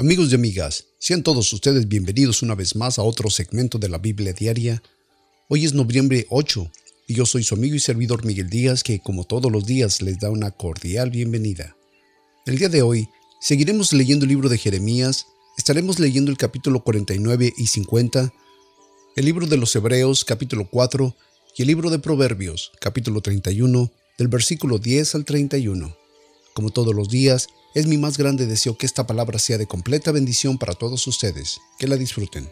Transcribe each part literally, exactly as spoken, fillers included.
Amigos y amigas, sean todos ustedes bienvenidos una vez más a otro segmento de la Biblia Diaria. Hoy es noviembre ocho y yo soy su amigo y servidor Miguel Díaz, que como todos los días les da una cordial bienvenida. El día de hoy seguiremos leyendo el libro de Jeremías, estaremos leyendo el capítulo cuarenta y nueve y cincuenta, el libro de los Hebreos capítulo cuatro y el libro de Proverbios capítulo treinta y uno del versículo diez al treinta y uno. Como todos los días, es mi más grande deseo que esta palabra sea de completa bendición para todos ustedes. Que la disfruten.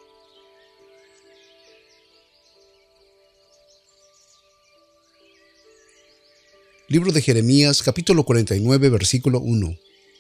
Libro de Jeremías, capítulo cuarenta y nueve, versículo uno.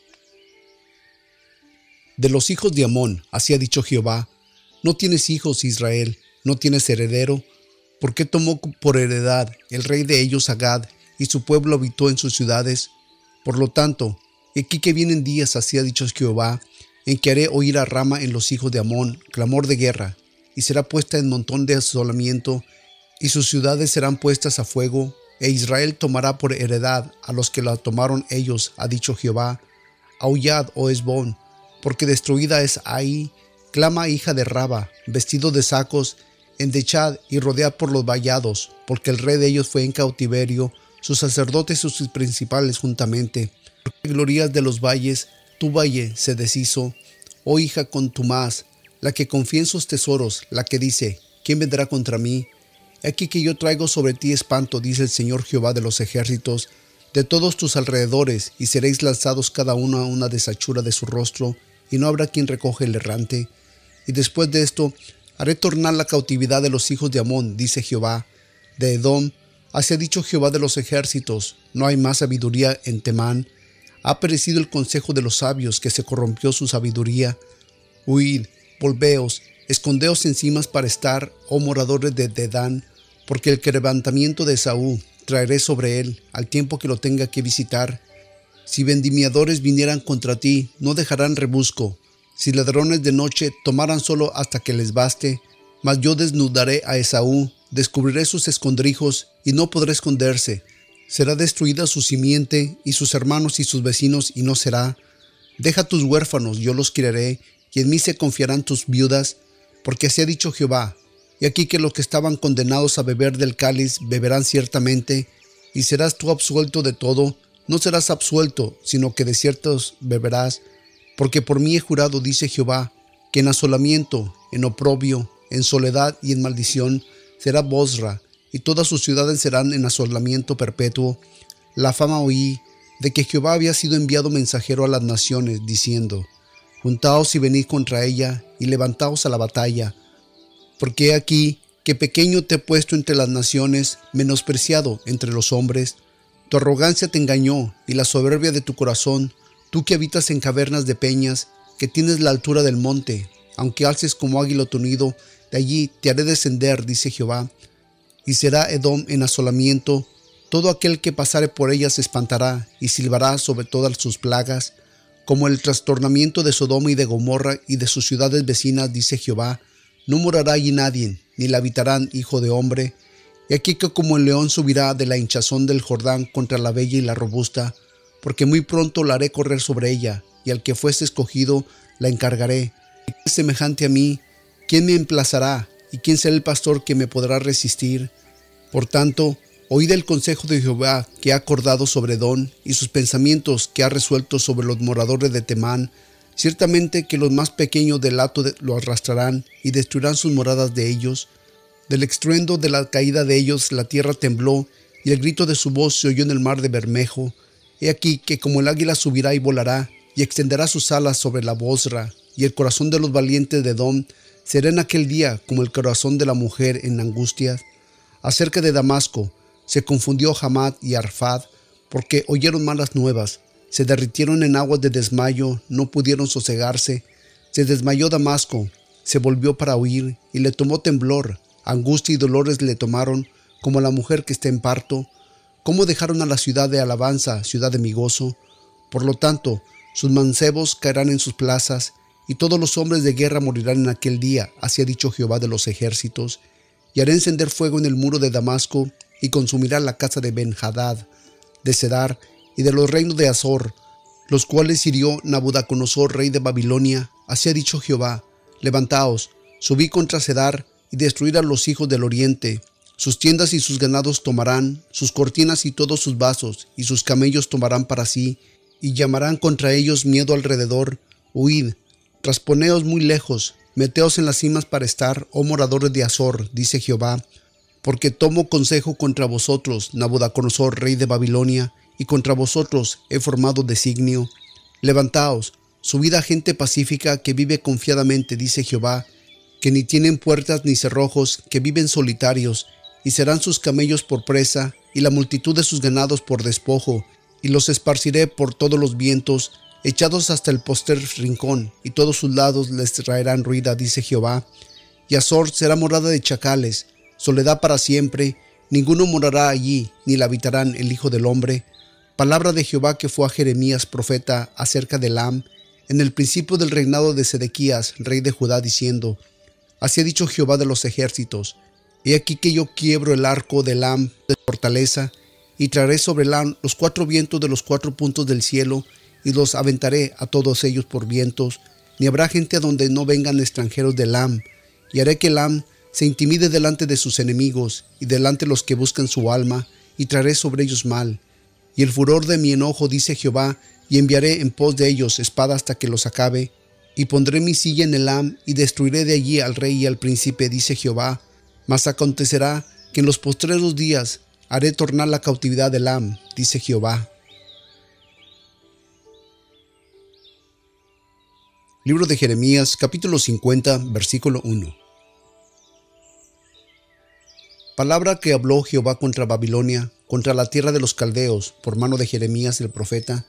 De los hijos de Amón, así ha dicho Jehová: no tienes hijos, Israel, no tienes heredero, porque tomó por heredad el rey de ellos Agad, y su pueblo habitó en sus ciudades. Por lo tanto, he aquí que vienen días, así ha dicho Jehová, en que haré oír a Rama en los hijos de Amón clamor de guerra, y será puesta en montón de asolamiento, y sus ciudades serán puestas a fuego, e Israel tomará por heredad a los que la tomaron ellos, ha dicho Jehová. Aullad, oh Hesbón, porque destruida es Ai, clama hija de Raba, vestido de sacos, endechad y rodead por los vallados, porque el rey de ellos fue en cautiverio, sus sacerdotes y sus principales juntamente. Porque glorias de los valles, tu valle se deshizo, oh hija contumaz, la que confía en sus tesoros, la que dice: ¿quién vendrá contra mí? He aquí que yo traigo sobre ti espanto, dice el Señor Jehová de los ejércitos, de todos tus alrededores, y seréis lanzados cada uno a una deshachura de su rostro, y no habrá quien recoja el errante. Y después de esto, haré tornar la cautividad de los hijos de Amón, dice Jehová. De Edom, así ha dicho Jehová de los ejércitos: no hay más sabiduría en Temán. Ha perecido el consejo de los sabios, que se corrompió su sabiduría. Huid, volveos, escondeos encima para estar, oh moradores de Dedán, porque el quebrantamiento de Esaú traeré sobre él, al tiempo que lo tenga que visitar. Si vendimiadores vinieran contra ti, no dejarán rebusco. Si ladrones de noche tomaran solo hasta que les baste, mas yo desnudaré a Esaú, descubriré sus escondrijos, y no podrá esconderse. Será destruida su simiente, y sus hermanos y sus vecinos, y no será. Deja tus huérfanos, yo los criaré, y en mí se confiarán tus viudas, porque así ha dicho Jehová. Y aquí que los que estaban condenados a beber del cáliz beberán ciertamente, y serás tú absuelto de todo. No serás absuelto, sino que de ciertos beberás, porque por mí he jurado, dice Jehová, que en asolamiento, en oprobio, en soledad y en maldición será Bosra, y todas sus ciudades serán en asolamiento perpetuo. La fama oí de que Jehová había sido enviado mensajero a las naciones, diciendo: juntaos y venid contra ella, y levantaos a la batalla. Porque he aquí que pequeño te he puesto entre las naciones, menospreciado entre los hombres. Tu arrogancia te engañó, y la soberbia de tu corazón, tú que habitas en cavernas de peñas, que tienes la altura del monte, aunque alces como águila tu nido, de allí te haré descender, dice Jehová. Y será Edom en asolamiento, todo aquel que pasare por ella se espantará, y silbará sobre todas sus plagas, como el trastornamiento de Sodoma y de Gomorra y de sus ciudades vecinas, dice Jehová. No morará allí nadie, ni la habitarán hijo de hombre. Y aquí que como el león subirá de la hinchazón del Jordán contra la bella y la robusta, porque muy pronto la haré correr sobre ella, y al que fuese escogido la encargaré. ¿Y quién es semejante a mí? ¿Quién me emplazará? ¿Y quién será el pastor que me podrá resistir? Por tanto, oíd el consejo de Jehová que ha acordado sobre Edom, y sus pensamientos que ha resuelto sobre los moradores de Temán. Ciertamente que los más pequeños del hato lo arrastrarán, y destruirán sus moradas de ellos. Del estruendo de la caída de ellos la tierra tembló, y el grito de su voz se oyó en el mar de Bermejo. He aquí que como el águila subirá y volará, y extenderá sus alas sobre la Bosra, y el corazón de los valientes de Edom será en aquel día como el corazón de la mujer en angustias. Acerca de Damasco, se confundió Hamat y Arfad, porque oyeron malas nuevas. Se derritieron en aguas de desmayo, no pudieron sosegarse. Se desmayó Damasco, se volvió para huir, y le tomó temblor. Angustia y dolores le tomaron, como a la mujer que está en parto. ¿Cómo dejaron a la ciudad de alabanza, ciudad de mi gozo? Por lo tanto, sus mancebos caerán en sus plazas, y todos los hombres de guerra morirán en aquel día, así ha dicho Jehová de los ejércitos. Y haré encender fuego en el muro de Damasco, y consumirá la casa de Ben-Hadad, de Cedar, y de los reinos de Azor, los cuales hirió Nabucodonosor, rey de Babilonia. Así ha dicho Jehová: levantaos, subid contra Cedar, y destruid a los hijos del oriente. Sus tiendas y sus ganados tomarán, sus cortinas y todos sus vasos, y sus camellos tomarán para sí, y llamarán contra ellos miedo alrededor. Huid, trasponeos muy lejos, meteos en las cimas para estar, oh moradores de Azor, dice Jehová, porque tomo consejo contra vosotros, Nabucodonosor, rey de Babilonia, y contra vosotros he formado designio. Levantaos, subid a gente pacífica que vive confiadamente, dice Jehová, que ni tienen puertas ni cerrojos, que viven solitarios, y serán sus camellos por presa, y la multitud de sus ganados por despojo, y los esparciré por todos los vientos, echados hasta el postrer rincón, y todos sus lados les traerán ruina, dice Jehová. Y Azor será morada de chacales, soledad para siempre, ninguno morará allí, ni la habitarán el Hijo del Hombre. Palabra de Jehová que fue a Jeremías profeta acerca de Elam, en el principio del reinado de Sedequías, rey de Judá, diciendo: así ha dicho Jehová de los ejércitos: he aquí que yo quiebro el arco de Elam de fortaleza, y traeré sobre Elam los cuatro vientos de los cuatro puntos del cielo, y los aventaré a todos ellos por vientos, ni habrá gente a donde no vengan extranjeros de Elam, y haré que Elam se intimide delante de sus enemigos, y delante de los que buscan su alma, y traeré sobre ellos mal. Y el furor de mi enojo, dice Jehová, y enviaré en pos de ellos espada hasta que los acabe, y pondré mi silla en Elam, y destruiré de allí al rey y al príncipe, dice Jehová. Mas acontecerá que en los postreros días haré tornar la cautividad de Elam, dice Jehová. Libro de Jeremías, capítulo cincuenta, versículo uno. Palabra que habló Jehová contra Babilonia, contra la tierra de los caldeos, por mano de Jeremías el profeta.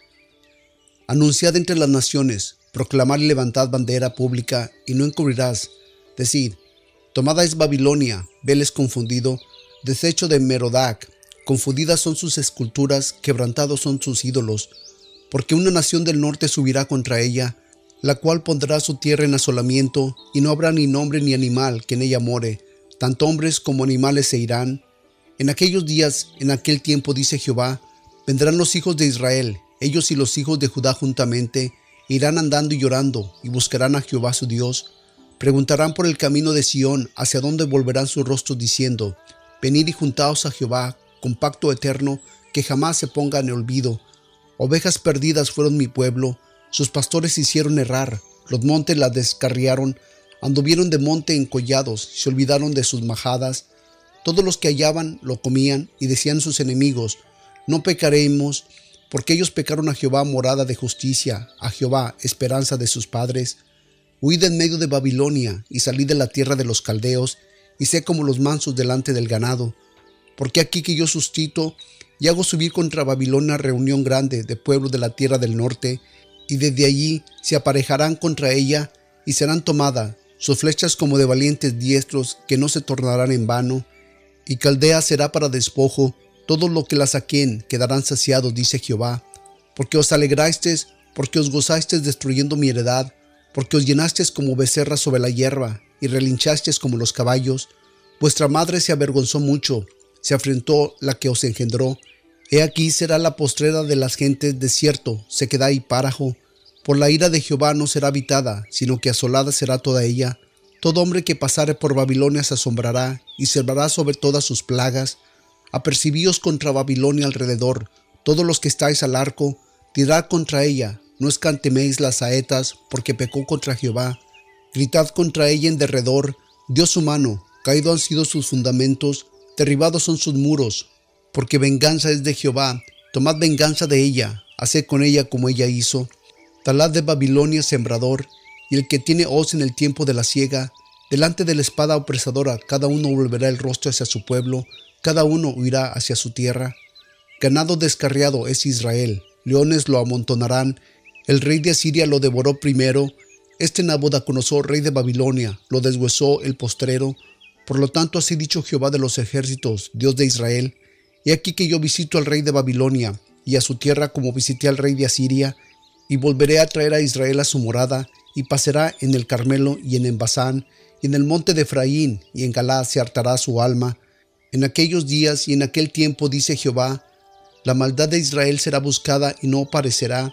Anunciad entre las naciones, proclamad y levantad bandera pública, y no encubrirás. Decid: tomada es Babilonia, veles confundido, deshecho de Merodac, confundidas son sus esculturas, quebrantados son sus ídolos, porque una nación del norte subirá contra ella, la cual pondrá su tierra en asolamiento, y no habrá ni nombre ni animal que en ella more, tanto hombres como animales se irán. En aquellos días, en aquel tiempo, dice Jehová, vendrán los hijos de Israel, ellos y los hijos de Judá juntamente, irán andando y llorando, y buscarán a Jehová su Dios. Preguntarán por el camino de Sión, hacia dónde volverán sus rostros, diciendo: venid y juntaos a Jehová, con pacto eterno, que jamás se ponga en olvido. Ovejas perdidas fueron mi pueblo, sus pastores hicieron errar, los montes las descarriaron, anduvieron de monte encollados, se olvidaron de sus majadas. Todos los que hallaban lo comían, y decían sus enemigos: no pecaremos, porque ellos pecaron a Jehová, morada de justicia, a Jehová, esperanza de sus padres. Huid en medio de Babilonia, y salid de la tierra de los caldeos, y sé como los mansos delante del ganado. Porque aquí que yo suscito, y hago subir contra Babilonia reunión grande de pueblos de la tierra del norte, y desde allí se aparejarán contra ella, y serán tomadas sus flechas como de valientes diestros, que no se tornarán en vano. Y Caldea será para despojo, todo lo que la saquen quedarán saciados, dice Jehová. Porque os alegrasteis, porque os gozasteis destruyendo mi heredad, porque os llenasteis como becerras sobre la hierba, y relinchasteis como los caballos. Vuestra madre se avergonzó mucho, se afrentó la que os engendró. He aquí será la postrera de las gentes, desierto, sequedad y párago. Por la ira de Jehová no será habitada, sino que asolada será toda ella. Todo hombre que pasare por Babilonia se asombrará, y se observará sobre todas sus plagas. Apercibíos contra Babilonia alrededor, todos los que estáis al arco, tirad contra ella, no escanteméis las saetas, porque pecó contra Jehová. Gritad contra ella en derredor, dio su mano, caídos han sido sus fundamentos, derribados son sus muros, porque venganza es de Jehová, tomad venganza de ella, haced con ella como ella hizo. Talad de Babilonia sembrador, y el que tiene hoz en el tiempo de la siega, delante de la espada opresadora, cada uno volverá el rostro hacia su pueblo, cada uno huirá hacia su tierra. Ganado descarriado es Israel, leones lo amontonarán, el rey de Asiria lo devoró primero, este Nabucodonosor, rey de Babilonia, lo deshuesó el postrero. Por lo tanto, así dicho Jehová de los ejércitos, Dios de Israel: he aquí que yo visito al rey de Babilonia, y a su tierra como visité al rey de Asiria, y volveré a traer a Israel a su morada, y pasará en el Carmelo y en el Basán, y en el monte de Efraín, y en Galaad se hartará su alma. En aquellos días y en aquel tiempo, dice Jehová, la maldad de Israel será buscada y no parecerá,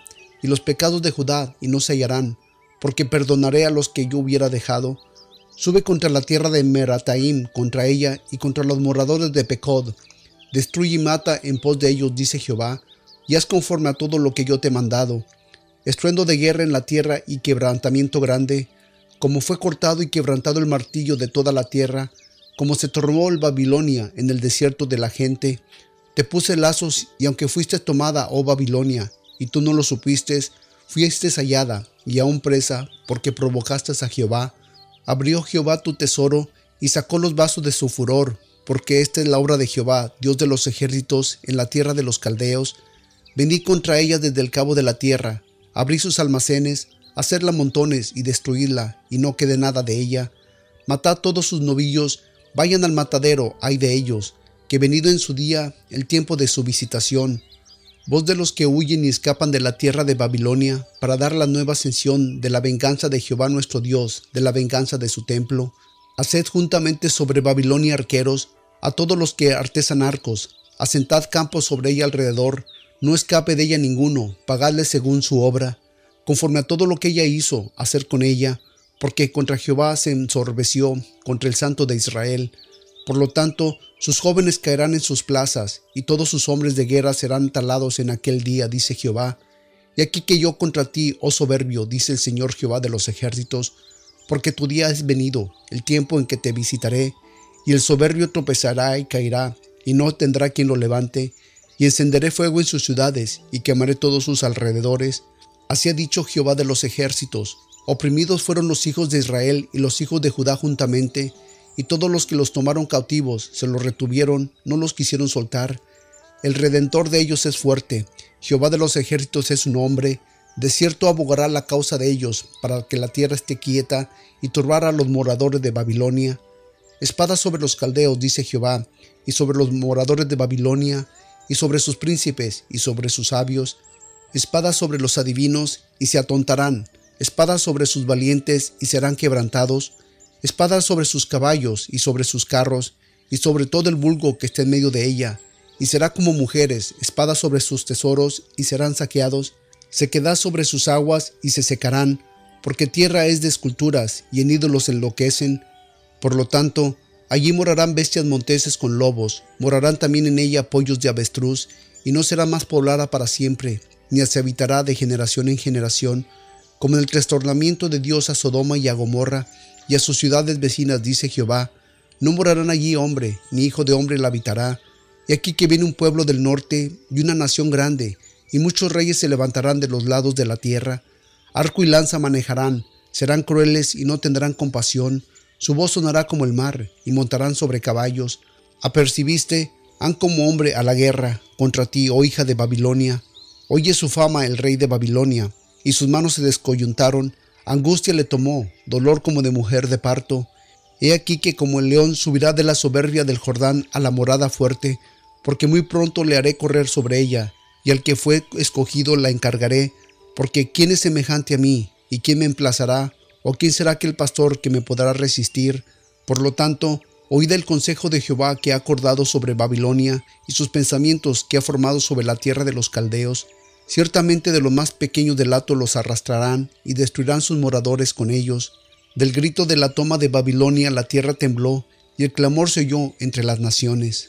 y los pecados de Judá, y no se hallarán, porque perdonaré a los que yo hubiera dejado. Sube contra la tierra de Merataim, contra ella, y contra los moradores de Pecod. Destruye y mata en pos de ellos, dice Jehová, y haz conforme a todo lo que yo te he mandado. Estruendo de guerra en la tierra y quebrantamiento grande, como fue cortado y quebrantado el martillo de toda la tierra, como se tornó el Babilonia en el desierto de la gente. Te puse lazos, y aunque fuiste tomada, oh Babilonia, y tú no lo supiste, fuiste hallada, y aún presa, porque provocaste a Jehová. Abrió Jehová tu tesoro, y sacó los vasos de su furor, porque esta es la obra de Jehová, Dios de los ejércitos, en la tierra de los caldeos. Venid contra ella desde el cabo de la tierra, abrid sus almacenes, hacerla montones y destruirla, y no quede nada de ella. Matad todos sus novillos, vayan al matadero, ay de ellos, que venido en su día el tiempo de su visitación. Voz de los que huyen y escapan de la tierra de Babilonia, para dar la nueva ascensión de la venganza de Jehová nuestro Dios, de la venganza de su templo. Haced juntamente sobre Babilonia arqueros, a todos los que artesan arcos, asentad campos sobre ella alrededor, no escape de ella ninguno, pagadle según su obra, conforme a todo lo que ella hizo, hacer con ella, porque contra Jehová se ensorbeció, contra el Santo de Israel. Por lo tanto, sus jóvenes caerán en sus plazas, y todos sus hombres de guerra serán talados en aquel día, dice Jehová. Y aquí que yo contra ti, oh soberbio, dice el Señor Jehová de los ejércitos, porque tu día es venido, el tiempo en que te visitaré, y el soberbio tropezará y caerá, y no tendrá quien lo levante, y encenderé fuego en sus ciudades, y quemaré todos sus alrededores. Así ha dicho Jehová de los ejércitos: oprimidos fueron los hijos de Israel y los hijos de Judá juntamente, y todos los que los tomaron cautivos se los retuvieron, no los quisieron soltar. El Redentor de ellos es fuerte, Jehová de los ejércitos es su nombre. De cierto abogará la causa de ellos, para que la tierra esté quieta, y turbar a los moradores de Babilonia. Espada sobre los caldeos, dice Jehová, y sobre los moradores de Babilonia, y sobre sus príncipes, y sobre sus sabios. Espada sobre los adivinos, y se atontarán. Espada sobre sus valientes, y serán quebrantados. Espada sobre sus caballos, y sobre sus carros, y sobre todo el vulgo que esté en medio de ella. Y será como mujeres, espada sobre sus tesoros, y serán saqueados. Sequedad sobre sus aguas, y se secarán, porque tierra es de esculturas, y en ídolos enloquecen. Por lo tanto, allí morarán bestias monteses con lobos, morarán también en ella pollos de avestruz, y no será más poblada para siempre, ni se habitará de generación en generación, como en el trastornamiento de Dios a Sodoma y a Gomorra, y a sus ciudades vecinas, dice Jehová. No morarán allí hombre, ni hijo de hombre la habitará. Y aquí que viene un pueblo del norte, y una nación grande, y muchos reyes se levantarán de los lados de la tierra. Arco y lanza manejarán, serán crueles y no tendrán compasión. Su voz sonará como el mar, y montarán sobre caballos. Apercibiste, han como hombre a la guerra, contra ti, oh hija de Babilonia. Oye su fama el rey de Babilonia, y sus manos se descoyuntaron, angustia le tomó, dolor como de mujer de parto. He aquí que como el león subirá de la soberbia del Jordán a la morada fuerte, porque muy pronto le haré correr sobre ella, y al que fue escogido la encargaré, porque ¿quién es semejante a mí? ¿Y quién me emplazará? ¿O quién será aquel pastor que me podrá resistir? Por lo tanto, oíd el consejo de Jehová que ha acordado sobre Babilonia, y sus pensamientos que ha formado sobre la tierra de los caldeos. Ciertamente de los más pequeños del hato los arrastrarán, y destruirán sus moradores con ellos. Del grito de la toma de Babilonia la tierra tembló, y el clamor se oyó entre las naciones.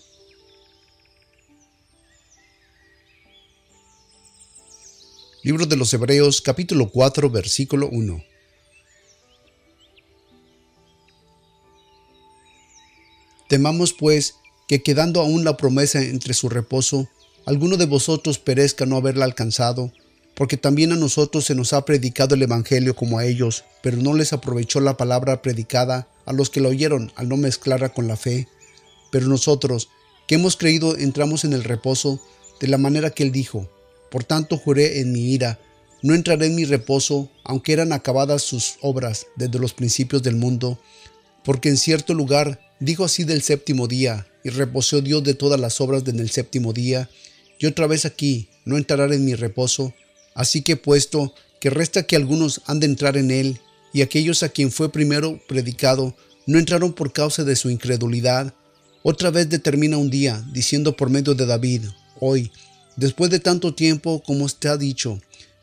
Libro de los Hebreos, capítulo cuatro, versículo uno. Temamos pues que, quedando aún la promesa entre su reposo, alguno de vosotros perezca no haberla alcanzado, porque también a nosotros se nos ha predicado el evangelio como a ellos, pero no les aprovechó la palabra predicada a los que la oyeron al no mezclarla con la fe. Pero nosotros, que hemos creído, entramos en el reposo de la manera que él dijo: por tanto juré en mi ira, no entraré en mi reposo, aunque eran acabadas sus obras desde los principios del mundo, porque en cierto lugar dijo así del séptimo día, y reposó Dios de todas las obras en el séptimo día. Y otra vez aquí, no entrarán en mi reposo. Así que puesto que resta que algunos han de entrar en él, y aquellos a quien fue primero predicado no entraron por causa de su incredulidad, otra vez determina un día, diciendo por medio de David: hoy, después de tanto tiempo como te ha dicho,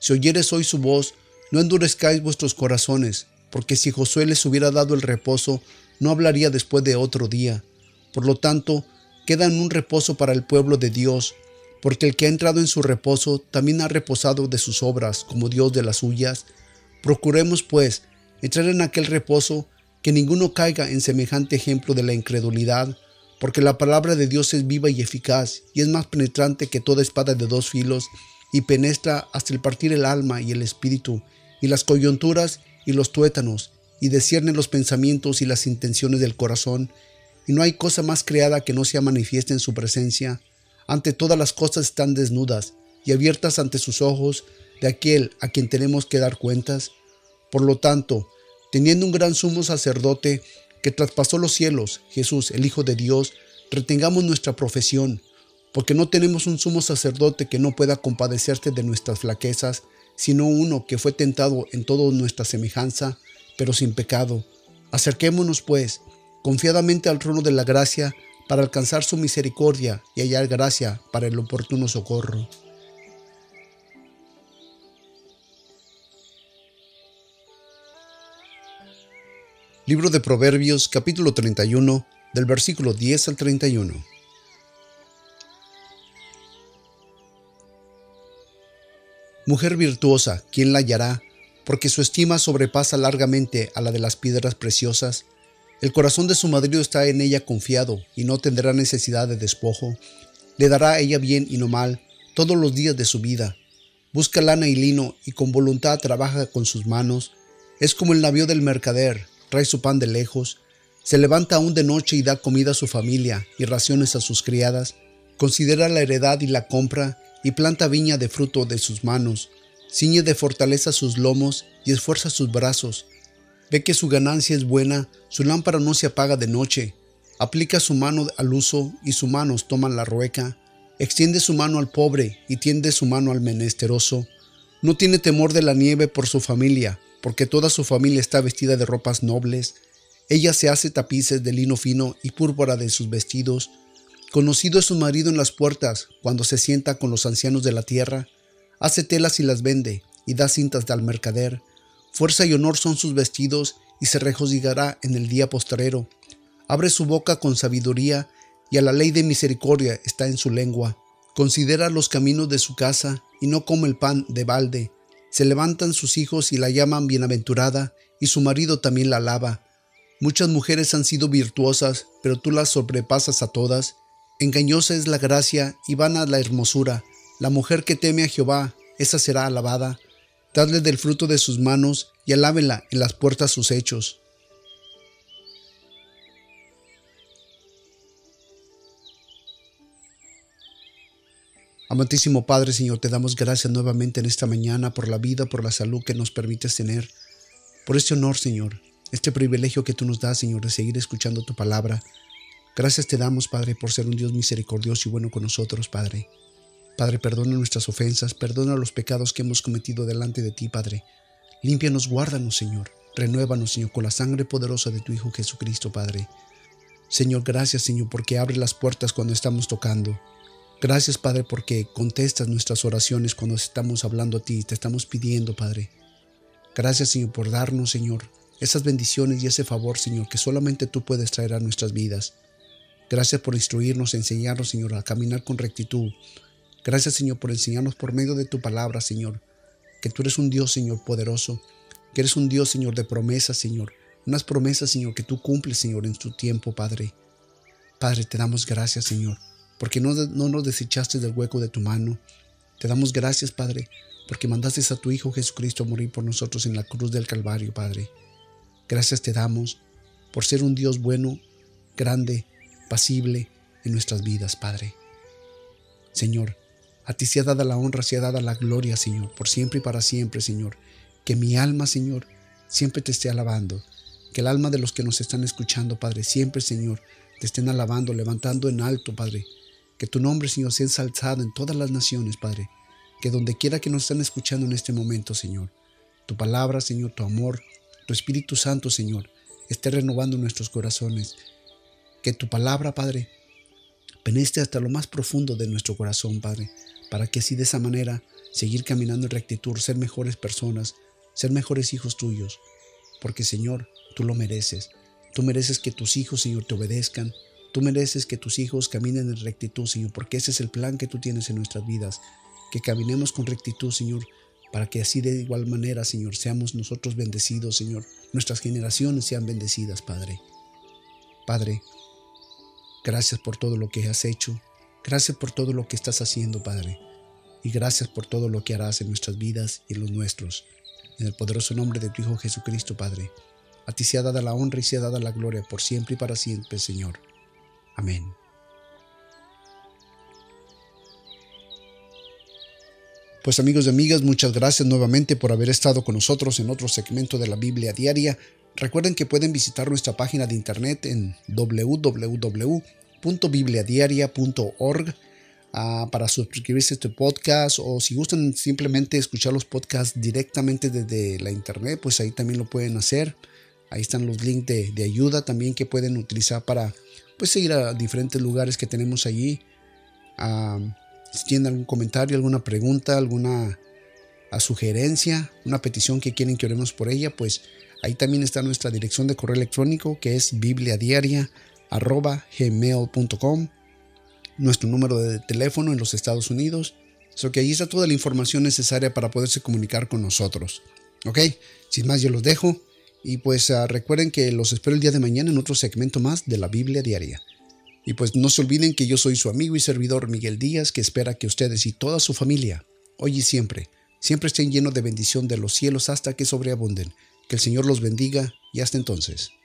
Si oyeres hoy su voz, no endurezcáis vuestros corazones, porque si Josué les hubiera dado el reposo, no hablaría después de otro día. Por lo tanto, queda en un reposo para el pueblo de Dios, porque el que ha entrado en su reposo también ha reposado de sus obras, como Dios de las suyas. Procuremos, pues, entrar en aquel reposo, que ninguno caiga en semejante ejemplo de la incredulidad, porque la palabra de Dios es viva y eficaz, y es más penetrante que toda espada de dos filos, y penetra hasta el partir el alma y el espíritu, y las coyunturas y los tuétanos, y discierne los pensamientos y las intenciones del corazón, y no hay cosa más creada que no sea manifiesta en su presencia. Ante todas las cosas están desnudas y abiertas ante sus ojos de aquel a quien tenemos que dar cuentas. Por lo tanto, teniendo un gran sumo sacerdote que traspasó los cielos, Jesús, el Hijo de Dios, retengamos nuestra profesión, porque no tenemos un sumo sacerdote que no pueda compadecerse de nuestras flaquezas, sino uno que fue tentado en toda nuestra semejanza, pero sin pecado. Acerquémonos, pues, confiadamente al trono de la gracia, para alcanzar su misericordia y hallar gracia para el oportuno socorro. Libro de Proverbios, capítulo treinta y uno, del versículo diez al treinta y uno. Mujer virtuosa, ¿quién la hallará? Porque su estima sobrepasa largamente a la de las piedras preciosas. El corazón de su marido está en ella confiado, y no tendrá necesidad de despojo. Le dará a ella bien y no mal todos los días de su vida. Busca lana y lino, y con voluntad trabaja con sus manos. Es como el navío del mercader, trae su pan de lejos. Se levanta aún de noche y da comida a su familia, y raciones a sus criadas. Considera la heredad y la compra, y planta viña de fruto de sus manos. Ciñe de fortaleza sus lomos, y esfuerza sus brazos. Ve que su ganancia es buena, su lámpara no se apaga de noche. Aplica su mano al uso, y sus manos toman la rueca. Extiende su mano al pobre, y tiende su mano al menesteroso. No tiene temor de la nieve por su familia, porque toda su familia está vestida de ropas nobles. Ella se hace tapices de lino fino y púrpura de sus vestidos. Conocido es su marido en las puertas, cuando se sienta con los ancianos de la tierra. Hace telas y las vende, y da cintas al mercader. Fuerza y honor son sus vestidos, y se regocijará en el día postrero. Abre su boca con sabiduría, y a la ley de misericordia está en su lengua. Considera los caminos de su casa, y no come el pan de balde. Se levantan sus hijos y la llaman bienaventurada, y su marido también la alaba. Muchas mujeres han sido virtuosas, pero tú las sobrepasas a todas. Engañosa es la gracia, y vana la hermosura. La mujer que teme a Jehová, esa será alabada. Dadle del fruto de sus manos, y alábenla en las puertas sus hechos. Amantísimo Padre, Señor, te damos gracias nuevamente en esta mañana por la vida, por la salud que nos permites tener, por este honor, Señor, este privilegio que tú nos das, Señor, de seguir escuchando tu palabra. Gracias te damos, Padre, por ser un Dios misericordioso y bueno con nosotros, Padre. Padre, perdona nuestras ofensas, perdona los pecados que hemos cometido delante de ti, Padre. Límpianos, guárdanos, Señor. Renuévanos, Señor, con la sangre poderosa de tu Hijo Jesucristo, Padre. Señor, gracias, Señor, porque abre las puertas cuando estamos tocando. Gracias, Padre, porque contestas nuestras oraciones cuando estamos hablando a ti y te estamos pidiendo, Padre. Gracias, Señor, por darnos, Señor, esas bendiciones y ese favor, Señor, que solamente tú puedes traer a nuestras vidas. Gracias por instruirnos, enseñarnos, Señor, a caminar con rectitud. Gracias, Señor, por enseñarnos por medio de tu palabra, Señor, que tú eres un Dios, Señor, poderoso, que eres un Dios, Señor, de promesas, Señor, unas promesas, Señor, que tú cumples, Señor, en tu tiempo, Padre. Padre, te damos gracias, Señor, porque no, no nos desechaste del hueco de tu mano. Te damos gracias, Padre, porque mandaste a tu Hijo Jesucristo a morir por nosotros en la cruz del Calvario, Padre. Gracias te damos por ser un Dios bueno, grande, pasible en nuestras vidas, Padre. Señor, a ti sea dada la honra, sea dada la gloria, Señor, por siempre y para siempre, Señor. Que mi alma, Señor, siempre te esté alabando. Que el alma de los que nos están escuchando, Padre, siempre, Señor, te estén alabando, levantando en alto, Padre. Que tu nombre, Señor, sea ensalzado en todas las naciones, Padre. Que donde quiera que nos estén escuchando en este momento, Señor, tu palabra, Señor, tu amor, tu Espíritu Santo, Señor, esté renovando nuestros corazones. Que tu palabra, Padre, penetre hasta lo más profundo de nuestro corazón, Padre, para que así de esa manera seguir caminando en rectitud, ser mejores personas, ser mejores hijos tuyos. Porque, Señor, tú lo mereces. Tú mereces que tus hijos, Señor, te obedezcan. Tú mereces que tus hijos caminen en rectitud, Señor, porque ese es el plan que tú tienes en nuestras vidas. Que caminemos con rectitud, Señor, para que así de igual manera, Señor, seamos nosotros bendecidos, Señor. Nuestras generaciones sean bendecidas, Padre. Padre, gracias por todo lo que has hecho. Gracias por todo lo que estás haciendo, Padre. Y gracias por todo lo que harás en nuestras vidas y en los nuestros. En el poderoso nombre de tu Hijo Jesucristo, Padre. A ti sea dada la honra y sea dada la gloria por siempre y para siempre, Señor. Amén. Pues amigos y amigas, muchas gracias nuevamente por haber estado con nosotros en otro segmento de la Biblia Diaria. Recuerden que pueden visitar nuestra página de internet en doble u doble u doble u punto biblia diaria punto org uh, para suscribirse a este podcast, o si gustan simplemente escuchar los podcasts directamente desde la internet, pues ahí también lo pueden hacer. Ahí están los links de, de ayuda también que pueden utilizar para pues seguir a diferentes lugares que tenemos allí. Uh, si tienen algún comentario, alguna pregunta, alguna uh, sugerencia, una petición que quieren que oremos por ella, pues ahí también está nuestra dirección de correo electrónico, que es bibliadiaria arroba gmail punto com, nuestro número de teléfono en los Estados Unidos. So que ahí está toda la información necesaria para poderse comunicar con nosotros. Ok, sin más yo los dejo. Y pues uh, recuerden que los espero el día de mañana en otro segmento más de la Biblia Diaria. Y pues no se olviden que yo soy su amigo y servidor Miguel Díaz, que espera que ustedes y toda su familia, hoy y siempre, siempre estén llenos de bendición de los cielos hasta que sobreabunden. Que el Señor los bendiga y hasta entonces.